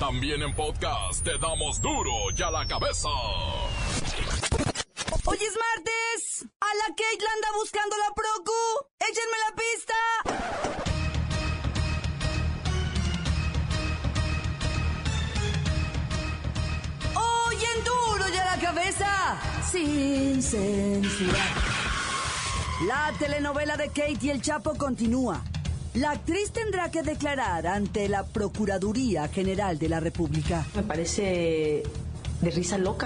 También en podcast te damos duro y a la cabeza. Hoy es martes. A la Kate la anda buscando la Procu. Échenme la pista. Hoy en duro y a la cabeza. Sin censura. La telenovela de Kate y el Chapo continúa. La actriz tendrá que declarar ante la Procuraduría General de la República. Me parece de risa loca.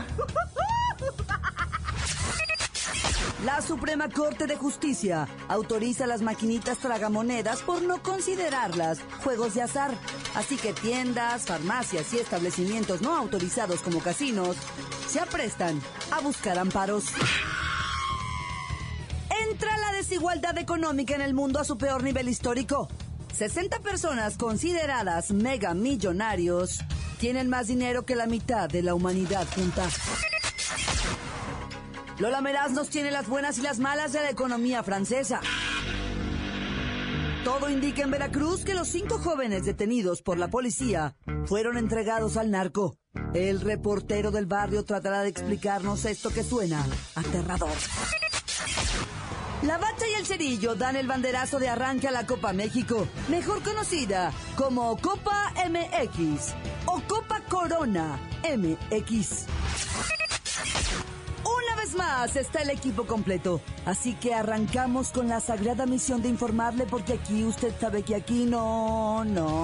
La Suprema Corte de Justicia autoriza las maquinitas tragamonedas por no considerarlas juegos de azar. Así que tiendas, farmacias y establecimientos no autorizados como casinos se aprestan a buscar amparos. Entra la desigualdad económica en el mundo a su peor nivel histórico. 60 personas consideradas megamillonarios tienen más dinero que la mitad de la humanidad junta. Lola Meraz nos tiene las buenas y las malas de la economía francesa. Todo indica en Veracruz que los 5 jóvenes detenidos por la policía fueron entregados al narco. El reportero del barrio tratará de explicarnos esto que suena aterrador. La Bacha y el Cerillo dan el banderazo de arranque a la Copa México, mejor conocida como Copa MX o Copa Corona MX. Una vez más está el equipo completo, así que arrancamos con la sagrada misión de informarle, porque aquí usted sabe que aquí no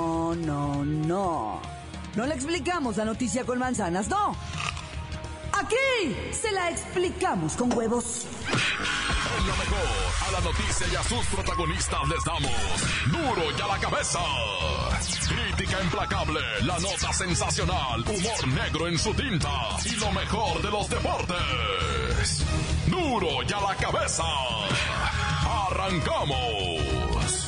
le explicamos la noticia con manzanas, no. Aquí se la explicamos con huevos. En lo mejor, a la noticia y a sus protagonistas les damos duro y a la cabeza. Crítica implacable, la nota sensacional, humor negro en su tinta y lo mejor de los deportes. Duro y a la cabeza. ¡Arrancamos!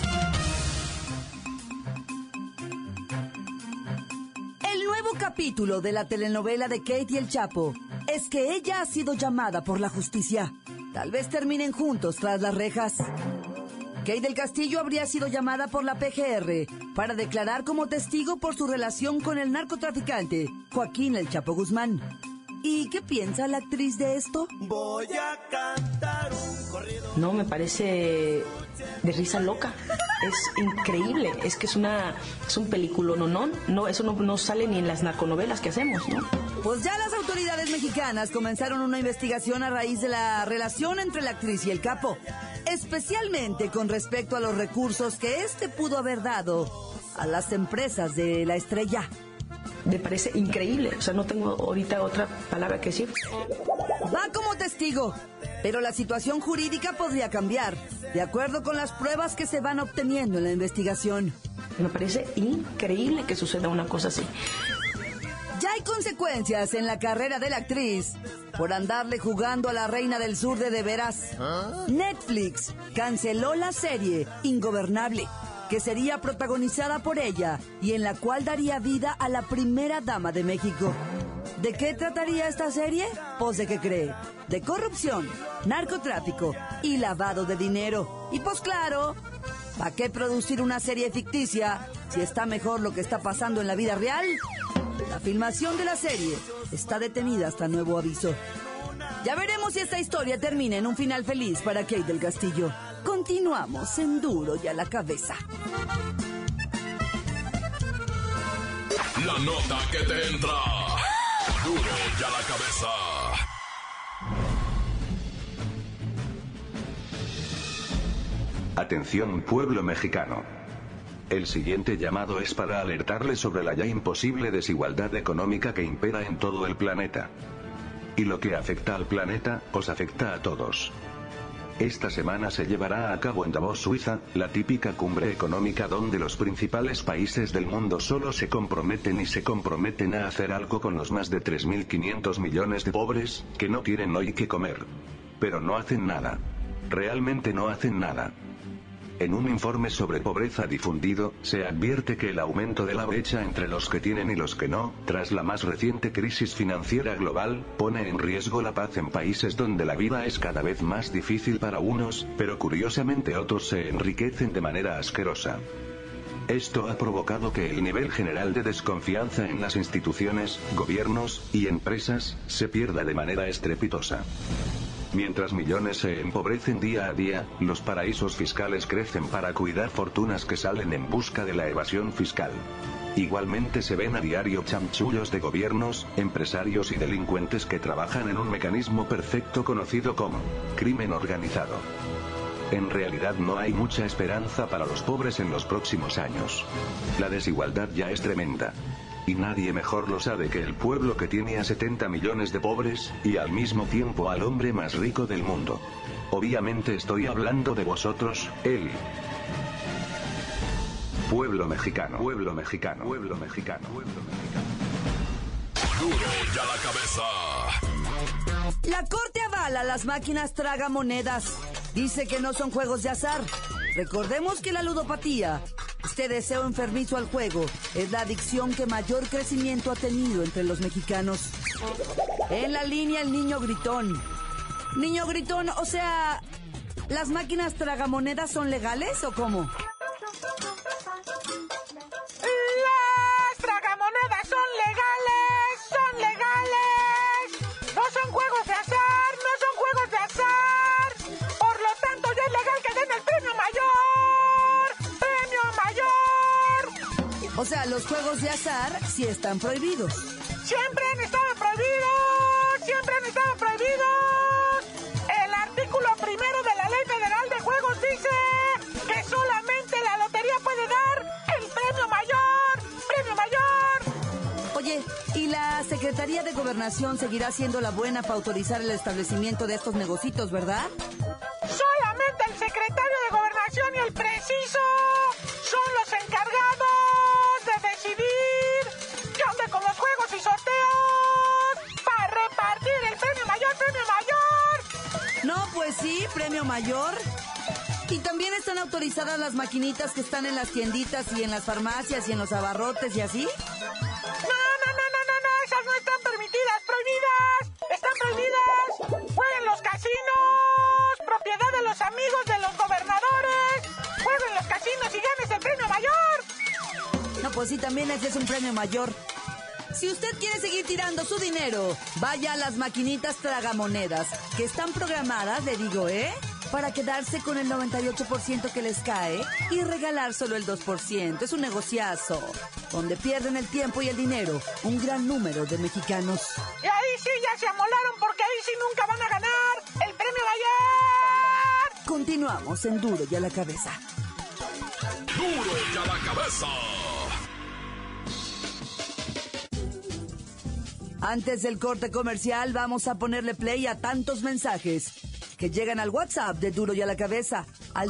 El nuevo capítulo de la telenovela de Kate y el Chapo es que ella ha sido llamada por la justicia. Tal vez terminen juntos tras las rejas. Kate del Castillo habría sido llamada por la PGR para declarar como testigo por su relación con el narcotraficante Joaquín El Chapo Guzmán. ¿Y qué piensa la actriz de esto? Voy a cantar un corrido. No, me parece de risa loca. Es increíble. Es que es un película, no, eso no sale ni en las narconovelas que hacemos, ¿no? Pues ya las autoridades mexicanas comenzaron una investigación a raíz de la relación entre la actriz y el capo, especialmente con respecto a los recursos que este pudo haber dado a las empresas de la estrella. Me parece increíble, o sea, no tengo ahorita otra palabra que decir. Va como testigo, pero la situación jurídica podría cambiar, de acuerdo con las pruebas que se van obteniendo en la investigación. Me parece increíble que suceda una cosa así. Ya hay consecuencias en la carrera de la actriz por andarle jugando a la reina del sur de veras. Netflix canceló la serie Ingobernable, que sería protagonizada por ella y en la cual daría vida a la primera dama de México. ¿De qué trataría esta serie? Pues de qué cree, de corrupción, narcotráfico y lavado de dinero. Y pues claro, ¿para qué producir una serie ficticia si está mejor lo que está pasando en la vida real? La filmación de la serie está detenida hasta nuevo aviso. Ya veremos si esta historia termina en un final feliz para Kate del Castillo. Continuamos en Duro y a la Cabeza. La nota que te entra. Duro y a la cabeza. Atención, pueblo mexicano. El siguiente llamado es para alertarle sobre la ya imposible desigualdad económica que impera en todo el planeta. Y lo que afecta al planeta, os afecta a todos. Esta semana se llevará a cabo en Davos, Suiza, la típica cumbre económica donde los principales países del mundo solo se comprometen a hacer algo con los más de 3.500 millones de pobres, que no tienen hoy qué comer. Pero no hacen nada. Realmente no hacen nada. En un informe sobre pobreza difundido, se advierte que el aumento de la brecha entre los que tienen y los que no, tras la más reciente crisis financiera global, pone en riesgo la paz en países donde la vida es cada vez más difícil para unos, pero curiosamente otros se enriquecen de manera asquerosa. Esto ha provocado que el nivel general de desconfianza en las instituciones, gobiernos y empresas se pierda de manera estrepitosa. Mientras millones se empobrecen día a día, los paraísos fiscales crecen para cuidar fortunas que salen en busca de la evasión fiscal. Igualmente se ven a diario chanchullos de gobiernos, empresarios y delincuentes que trabajan en un mecanismo perfecto conocido como crimen organizado. En realidad no hay mucha esperanza para los pobres en los próximos años. La desigualdad ya es tremenda. Y nadie mejor lo sabe que el pueblo que tiene a 70 millones de pobres, y al mismo tiempo al hombre más rico del mundo. Obviamente estoy hablando de vosotros, el pueblo mexicano. Pueblo mexicano. Pueblo mexicano. Pueblo mexicano. Duro y a la cabeza. La corte avala las máquinas tragamonedas. Dice que no son juegos de azar. Recordemos que la ludopatía, este deseo enfermizo al juego, es la adicción que mayor crecimiento ha tenido entre los mexicanos. En la línea el niño gritón. Niño gritón, o sea, ¿las máquinas tragamonedas son legales o cómo? Las tragamonedas son legales, son legales. No son juegos de azar, no son juegos de azar. Por lo tanto, ya es legal que den el premio mayor. ¡Premio mayor! O sea, los juegos de azar sí están prohibidos. Siempre han estado prohibidos, siempre han estado prohibidos. El artículo 1 de la Ley Federal de Juegos dice que solamente la lotería puede dar el premio mayor, premio mayor. Oye, ¿y la Secretaría de Gobernación seguirá siendo la buena para autorizar el establecimiento de estos negocitos, verdad? Solamente el secretario de Gobernación y el preciso son los encargados de decidir qué onda con los juegos y sorteos para repartir el premio mayor, premio mayor. No, pues sí, premio mayor. ¿Y también están autorizadas las maquinitas que están en las tienditas y en las farmacias y en los abarrotes y así? No, esas no están permitidas, prohibidas. Están prohibidas. Jueguen en los casinos, propiedad de los amigos de los gobernadores. Jueguen en los casinos y ganes el premio mayor. No, pues sí, también ese es un premio mayor. Si usted quiere seguir tirando su dinero, vaya a las maquinitas tragamonedas, que están programadas, le digo, para quedarse con el 98% que les cae y regalar solo el 2%. Es un negociazo, donde pierden el tiempo y el dinero un gran número de mexicanos. Y ahí sí ya se amolaron, porque ahí sí nunca van a ganar el premio mayor. Continuamos en Duro y a la Cabeza. Duro y a la cabeza. Antes del corte comercial, vamos a ponerle play a tantos mensajes que llegan al WhatsApp de Duro y a la Cabeza, al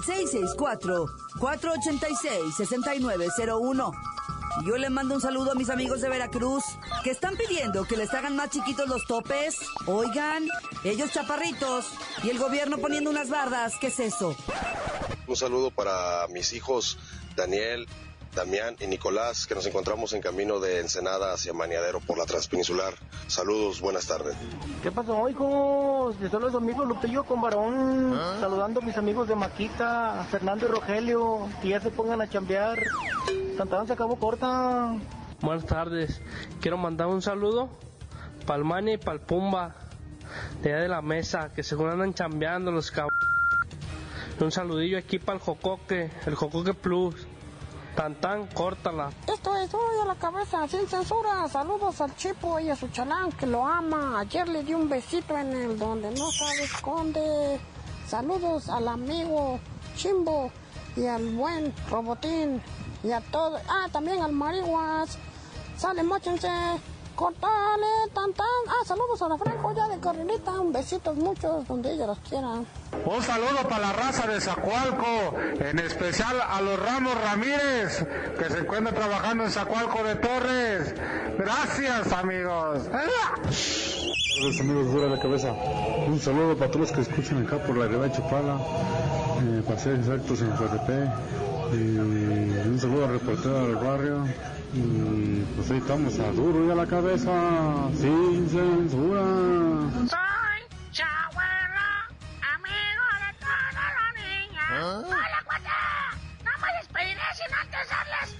664-486-6901. Y yo le mando un saludo a mis amigos de Veracruz, que están pidiendo que les hagan más chiquitos los topes. Oigan, ellos chaparritos, y el gobierno poniendo unas bardas, ¿qué es eso? Un saludo para mis hijos Daniel, Damián y Nicolás, que nos encontramos en camino de Ensenada hacia Maniadero por la Transpeninsular. Saludos, buenas tardes. ¿Qué pasó, hijos? De solo Domingo Lupillo con varón, saludando a mis amigos de Maquita, a Fernando y Rogelio, que ya se pongan a chambear. Santa Ana se acabó corta. Buenas tardes, quiero mandar un saludo para el Mani y para el Pumba, de allá de la mesa, que según andan chambeando los cabrones. Un saludillo aquí para el Jocoque Plus. Tan, córtala. Esto es Duro y a la Cabeza, sin censura. Saludos al Chipo y a su chalán que lo ama. Ayer le di un besito en el donde no sabe esconde. Saludos al amigo Chimbo y al buen Robotín y a todo. También al Marihuas. Sale, móchense. Cortale, tan. Saludos a la Franco ya de Carrilita. Un besitos muchos donde ellos los quieran. Un saludo para la raza de Zacualco, en especial a los Ramos Ramírez, que se encuentran trabajando en Zacualco de Torres. Gracias, amigos. Los amigos Duro a la Cabeza. Un saludo para todos los que escuchan acá por la Ribera de Chapala, para ser exactos en FRP. Y un saludo al reportero del barrio. Y pues ahí estamos a Duro y a la Cabeza, sin censura. Soy Chabuela, amigo de todos los niños. Hola, cuate. No me despediré sin antes darles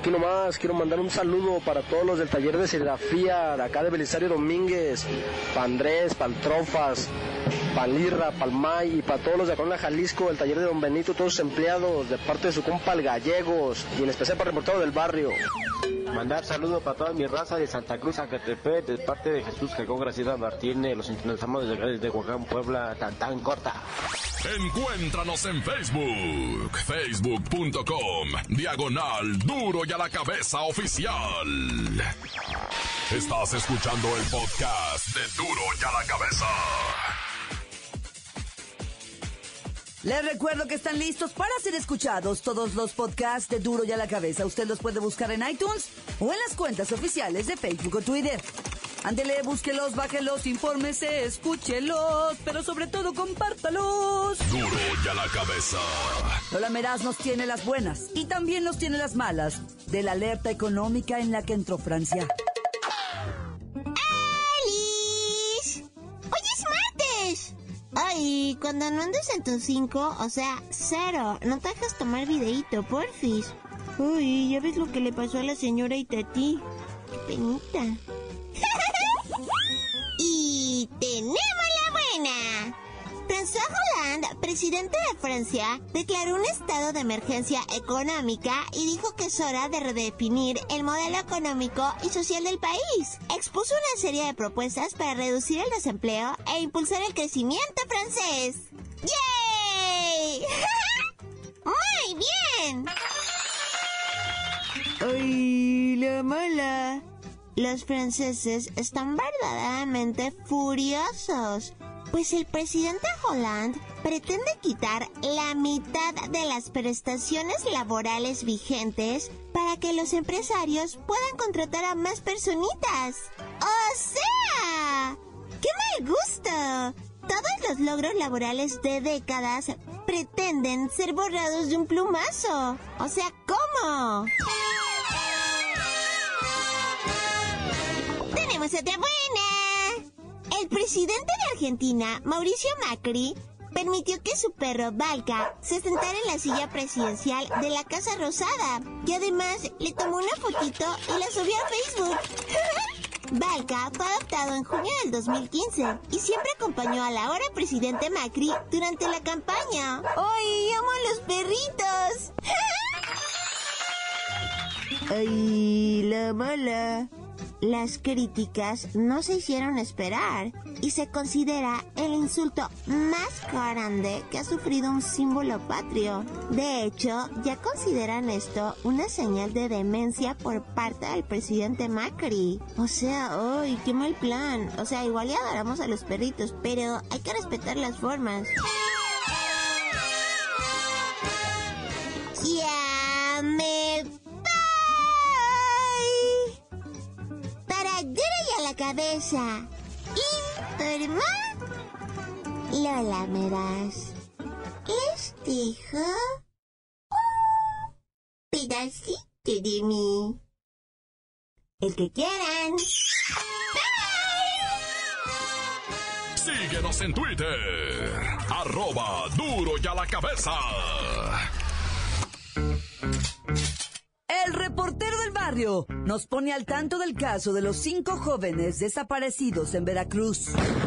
aquí nomás. Quiero mandar un saludo para todos los del taller de serigrafía de acá de Belisario Domínguez, para Andrés, para el Trofas, para Lirra, para el May y para todos los de acá en Jalisco, el taller de Don Benito, todos sus empleados, de parte de su compa el Gallegos y en especial para el reportero del barrio. Mandar saludos para toda mi raza de Santa Cruz, Zacatepec, de parte de Jesús Jacón Graciela Martínez, los internacionales desde Huacán, Puebla, tan corta. Encuéntranos en Facebook, facebook.com/Duro y a la Cabeza Oficial. Estás escuchando el podcast de Duro y a la Cabeza. Les recuerdo que están listos para ser escuchados todos los podcasts de Duro y a la Cabeza. Usted los puede buscar en iTunes o en las cuentas oficiales de Facebook o Twitter. Ándele, búsquelos, bájelos, infórmese, escúchelos, pero sobre todo compártalos. Duro y a la Cabeza. Lola Meraz nos tiene las buenas y también nos tiene las malas de la alerta económica en la que entró Francia. ¡Alice! ¡Hoy es martes! Ay, cuando no andes en tus 5, o sea, 0, no te dejas tomar videíto, porfis. Uy, ya ves lo que le pasó a la señora Itatí. Qué penita. Y tenemos la buena. François Hollande, presidente de Francia, declaró un estado de emergencia económica y dijo que es hora de redefinir el modelo económico y social del país. Expuso una serie de propuestas para reducir el desempleo e impulsar el crecimiento francés. ¡Yay! ¡Muy bien! ¡Ay, la mala! Los franceses están verdaderamente furiosos, pues el presidente Hollande pretende quitar la mitad de las prestaciones laborales vigentes para que los empresarios puedan contratar a más personitas. ¡O sea! ¡Qué mal gusto! Todos los logros laborales de décadas pretenden ser borrados de un plumazo. O sea, ¿cómo? ¡Tenemos otra buena! El presidente de Argentina, Mauricio Macri, permitió que su perro Valka se sentara en la silla presidencial de la Casa Rosada y además le tomó una fotito y la subió a Facebook. Valka fue adoptado en junio del 2015 y siempre acompañó al ahora presidente Macri durante la campaña. ¡Ay, amo a los perritos! ¡Ay, la mala! Las críticas no se hicieron esperar y se considera el insulto más grande que ha sufrido un símbolo patrio. De hecho, ya consideran esto una señal de demencia por parte del presidente Macri. O sea, ¡ay, qué mal plan! O sea, igual ya adoramos a los perritos, pero hay que respetar las formas. ¡Ya me cabeza! Informa Lola Meraz. Les dijo un pedacito de mí. El que quieran. Síguenos en Twitter, @DuroYaLaCabeza. El reportero del barrio nos pone al tanto del caso de los 5 jóvenes desaparecidos en Veracruz.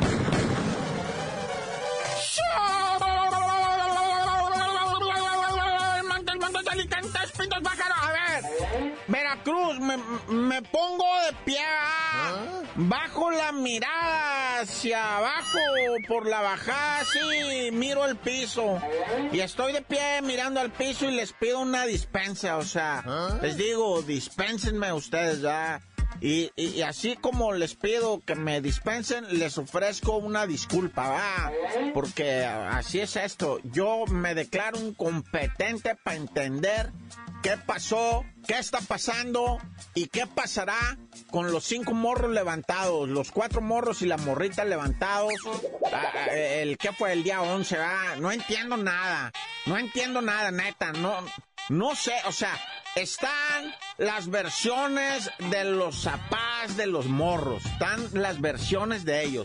A ver, Veracruz, me pongo de pie, bajo la mirada hacia abajo, por la bajada, sí, miro el piso, y estoy de pie mirando al piso y les pido una dispensa, o sea, les digo, dispénsenme ustedes, ya. Y así como les pido que me dispensen, les ofrezco una disculpa, ¿va? Porque así es esto. Yo me declaro incompetente para entender qué pasó, qué está pasando y qué pasará con los 5 morros levantados, los 4 morros y la morrita levantados. ¿Qué fue el día 11, va? No entiendo nada, neta, no sé, o sea, están las versiones de los papás de los morros, están las versiones de ellos.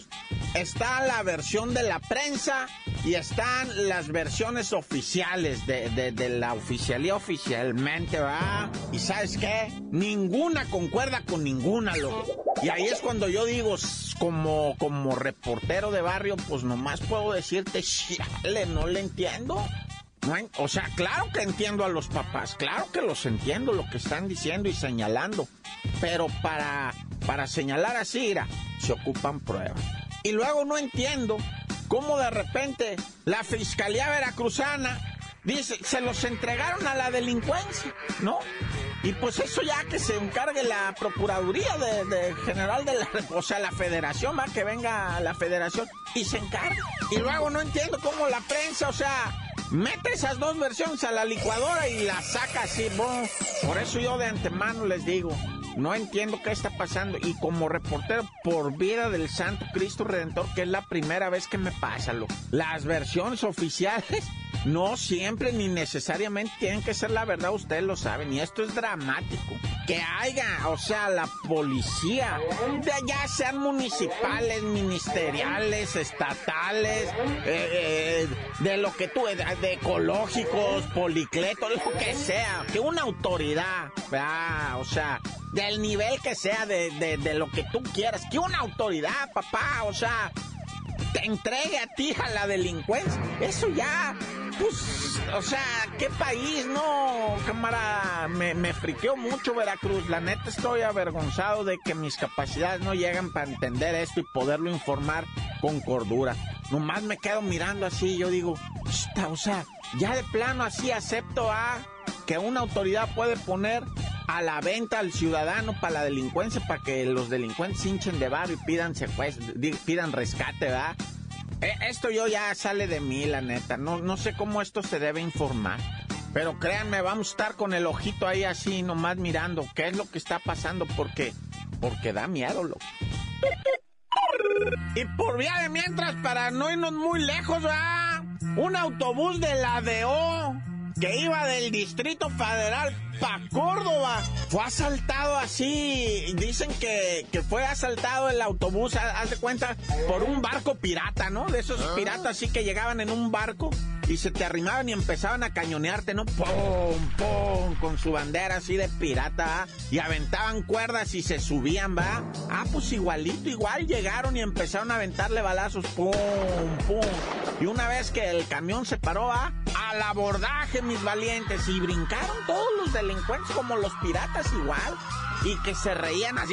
está la versión de la prensa y están las versiones oficiales de la oficialía oficialmente, ¿verdad? ¿Y sabes qué? Ninguna concuerda con ninguna, loco. Y ahí es cuando yo digo, como reportero de barrio, pues nomás puedo decirte, chale, no le entiendo. O sea, claro que entiendo a los papás, claro que los entiendo lo que están diciendo y señalando, pero para señalar así, mira, se ocupan pruebas. Y luego no entiendo cómo de repente la Fiscalía Veracruzana dice, se los entregaron a la delincuencia, ¿no? Y pues eso ya que se encargue la Procuraduría de General de la... O sea, la Federación, va, que venga a la Federación y se encargue. Y luego no entiendo cómo la prensa, o sea, mete esas dos versiones a la licuadora y la saca así, bon. Por eso yo de antemano les digo, no entiendo qué está pasando. Y como reportero, por vida del Santo Cristo Redentor, que es la primera vez que me pasa, las versiones oficiales no siempre ni necesariamente tienen que ser la verdad, ustedes lo saben, y esto es dramático. Que haya, o sea, la policía, ya sean municipales, ministeriales, estatales, de lo que tú, de ecológicos, policletos, lo que sea, que una autoridad, o sea, del nivel que sea, de lo que tú quieras, que una autoridad, papá, o sea, te entregue a ti a la delincuencia, eso ya, pues, o sea, ¿qué país? No, cámara, me friqueó mucho Veracruz, la neta estoy avergonzado de que mis capacidades no llegan para entender esto y poderlo informar con cordura. Nomás me quedo mirando así y yo digo, o sea, ya de plano así acepto que una autoridad puede poner a la venta al ciudadano para la delincuencia, para que los delincuentes hinchen de barrio y pidan rescate, ¿verdad? Esto ya sale de mí, la neta. No sé cómo esto se debe informar. Pero créanme, vamos a estar con el ojito ahí así, nomás mirando qué es lo que está pasando, porque da miedo, loco. Y por vía de mientras, para no irnos muy lejos, ¿verdad? Un autobús de la DO que iba del Distrito Federal para Córdoba fue asaltado así. Dicen que fue asaltado el autobús, haz de cuenta, por un barco pirata, ¿no? De esos piratas así que llegaban en un barco y se te arrimaban y empezaban a cañonearte, ¿no? ¡Pum, pum! Con su bandera así de pirata, ¿va? Y aventaban cuerdas y se subían, ¿va? Pues igual llegaron y empezaron a aventarle balazos, ¡pum, pum! Y una vez que el camión se paró, ¿va? Al abordaje, mis valientes, y brincaron todos los delincuentes como los piratas igual, y que se reían así,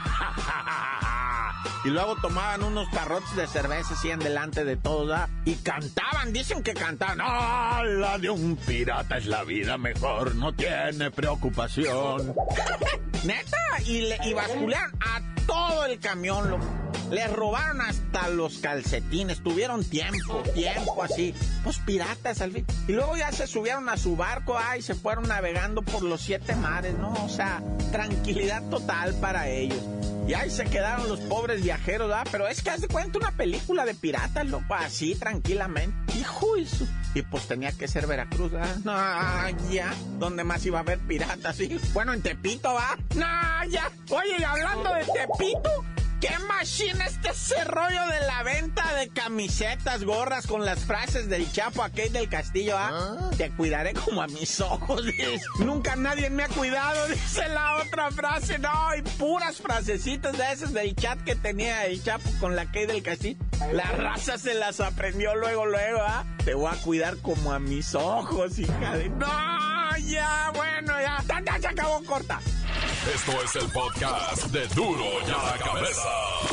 y luego tomaban unos tarrotes de cerveza así en delante de todos, ¿verdad? Y cantaban, dicen que cantaban, la de un pirata es la vida mejor, no tiene preocupación. Neta, y basculearon a todo el camión, loco. Les robaron hasta los calcetines, tuvieron tiempo así, pues piratas al fin. Y luego ya se subieron a su barco, y se fueron navegando por los 7 mares, ¿no? O sea, tranquilidad total para ellos. Y ahí se quedaron los pobres viajeros, ¿verdad? Pero es que haz de cuenta una película de piratas, loco, así tranquilamente. Hijo eso. Y pues tenía que ser Veracruz, ¿verdad? No, ya. ¿Dónde más iba a haber piratas? ¿Sí? Bueno, en Tepito, ¿va? No, ya. Oye, hablando de Tepito, ¿qué machine ese rollo de la venta de camisetas, gorras con las frases del Chapo aquel del Castillo? Te cuidaré como a mis ojos, dice. Nunca nadie me ha cuidado, dice la otra frase. No, y puras frasecitas de esas del chat que tenía el Chapo con la Key del Castillo. La raza se las aprendió luego, Te voy a cuidar como a mis ojos, hija de... No, ya, bueno, ya. ¡Ya se acabó, corta! Esto es el podcast de Duro y a la Cabeza.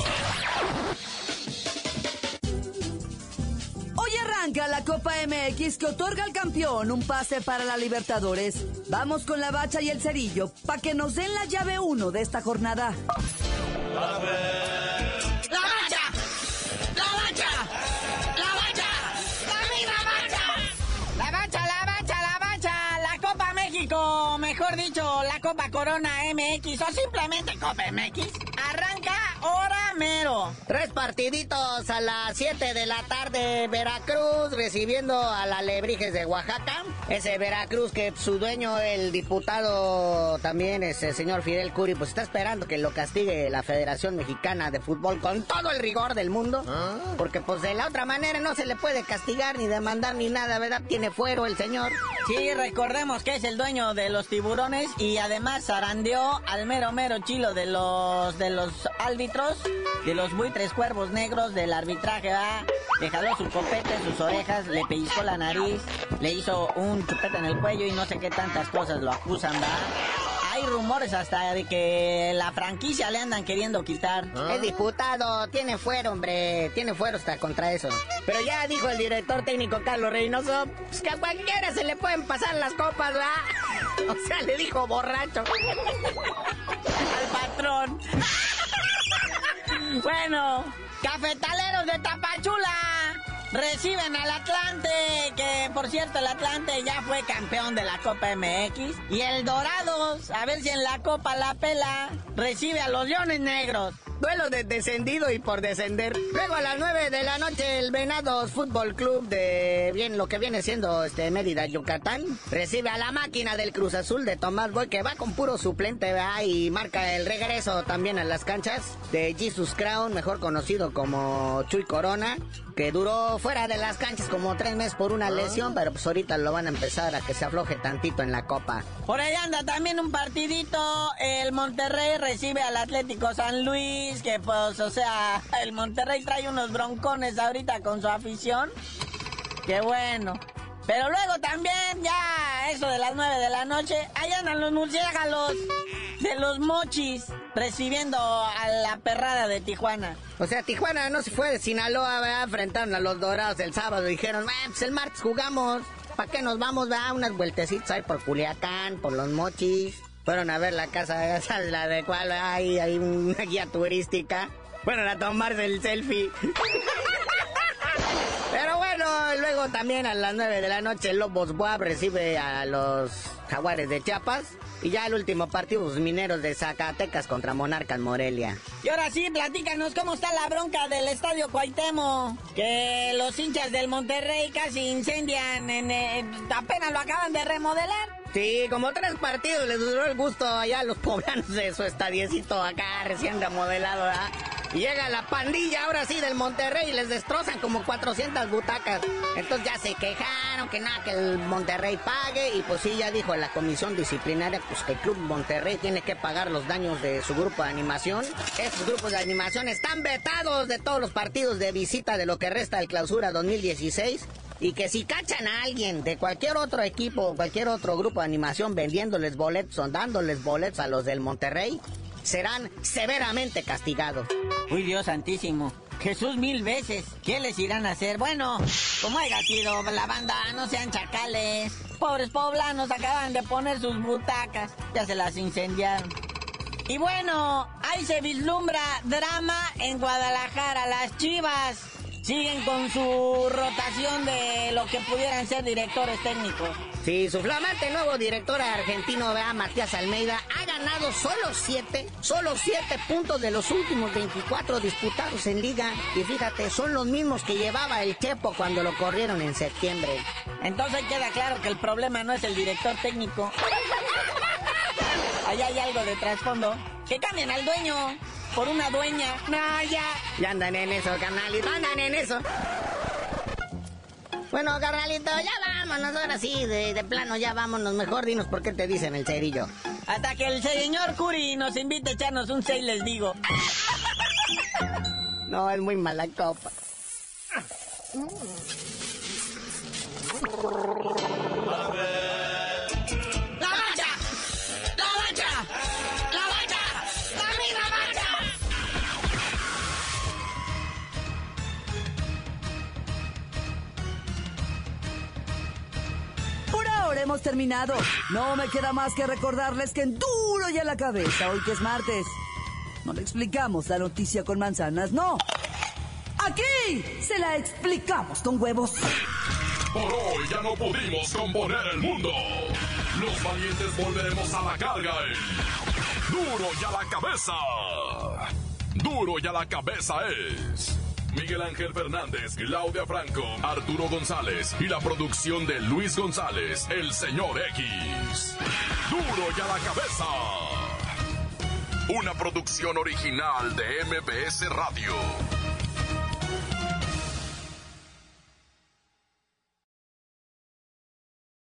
Hoy arranca la Copa MX que otorga al campeón un pase para la Libertadores. Vamos con la Bacha y el Cerillo para que nos den la llave 1 de esta jornada. Mejor dicho, la Copa Corona MX o simplemente Copa MX, arranca hora mero. 3 partiditos a las 7 de la tarde. Veracruz recibiendo a la Alebrijes de Oaxaca. Ese Veracruz que su dueño, el diputado también, el señor Fidel Curi, pues está esperando que lo castigue la Federación Mexicana de Fútbol con todo el rigor del mundo. Porque pues de la otra manera no se le puede castigar ni demandar ni nada, ¿verdad? Tiene fuero el señor. Sí, recordemos que es el dueño de los Tiburones y además zarandeó al mero chilo de los árbitros, de los buitres cuervos negros del arbitraje, ¿va? Le jaló su copete, sus orejas, le pellizcó la nariz, le hizo un chupete en el cuello y no sé qué tantas cosas lo acusan, ¿va? Hay rumores hasta de que la franquicia le andan queriendo quitar. El diputado tiene fuero, hombre, tiene fuero hasta contra eso. Pero ya dijo el director técnico Carlos Reynoso, pues que a cualquiera se le pueden pasar las copas, ¿va? O sea, le dijo borracho al patrón. Bueno, Cafetaleros de Tapachula reciben al Atlante, que por cierto el Atlante ya fue campeón de la Copa MX. Y el Dorados, a ver si en la Copa la pela, recibe a los Leones Negros. Duelo de descendido y por descender. Luego a las 9 de la noche el Venados Fútbol Club de lo que viene siendo Mérida, Yucatán, recibe a la máquina del Cruz Azul de Tomás Boy, que va con puro suplente, ¿verdad? Y marca el regreso también a las canchas de Jesus Crown, mejor conocido como Chuy Corona, que duró fuera de las canchas como 3 meses por una lesión, pero pues ahorita lo van a empezar a que se afloje tantito en la Copa. Por ahí anda también un partidito, el Monterrey recibe al Atlético San Luis, que pues, o sea, el Monterrey trae unos broncones ahorita con su afición. Qué bueno. Pero luego también, ya, eso de las 9 de la noche, ahí andan los murciélagos de los Mochis, recibiendo a la perrada de Tijuana. O sea, Tijuana no se fue de Sinaloa, ¿verdad? Enfrentaron a los Dorados el sábado, dijeron, pues el martes jugamos, ¿para qué nos vamos, verdad? Unas vueltecitas ahí por Culiacán, por los Mochis. Fueron a ver la casa, ¿sabes? La de cual hay una guía turística. Fueron a tomarse el selfie. Pero bueno, luego también a las 9 de la noche el Lobos Buap recibe a los Jaguares de Chiapas. Y ya el último partido, los Mineros de Zacatecas contra Monarcas Morelia. Y ahora sí, platícanos cómo está la bronca del Estadio Cuauhtémoc. Que los hinchas del Monterrey casi incendian, apenas lo acaban de remodelar. Sí, como 3 partidos les duró el gusto allá a los poblanos de su estadiecito acá recién remodelado, ¿verdad? Y llega la pandilla ahora sí del Monterrey y les destrozan como 400 butacas. Entonces ya se quejaron que nada, que el Monterrey pague. Y pues sí, ya dijo la comisión disciplinaria pues que el Club Monterrey tiene que pagar los daños de su grupo de animación. Estos grupos de animación están vetados de todos los partidos de visita de lo que resta del Clausura 2016. Y que si cachan a alguien de cualquier otro equipo, cualquier otro grupo de animación vendiéndoles boletos o dándoles boletos a los del Monterrey, serán severamente castigados. Uy, Dios santísimo. Jesús 1000 veces. ¿Qué les irán a hacer? Bueno, como haya sido la banda, no sean chacales. Pobres poblanos acaban de poner sus butacas. Ya se las incendiaron. Y bueno, ahí se vislumbra drama en Guadalajara. Las Chivas siguen con su rotación de lo que pudieran ser directores técnicos. Sí, su flamante nuevo director argentino, Matías Almeida, ha ganado solo 7 puntos de los últimos 24 disputados en liga. Y fíjate, son los mismos que llevaba el Chepo cuando lo corrieron en septiembre. Entonces queda claro que el problema no es el director técnico. Allá hay algo de trasfondo. Que cambien al dueño por una dueña. No, ya andan en eso, carnalito, andan en eso. Bueno, carnalito, ya vámonos, ahora sí, de plano ya vámonos. Mejor dinos por qué te dicen el Cerillo. Hasta que el señor Curi nos invite a echarnos un 6, les digo. No, es muy mala copa. Hemos terminado. No me queda más que recordarles que en Duro y a la Cabeza, hoy que es martes, no le explicamos la noticia con manzanas, no. Aquí se la explicamos con huevos. Por hoy ya no pudimos componer el mundo. Los valientes volveremos a la carga. Duro y a la cabeza. Duro y a la cabeza es Miguel Ángel Fernández, Claudia Franco, Arturo González y la producción de Luis González, el señor X. Duro y a la cabeza. Una producción original de MBS Radio.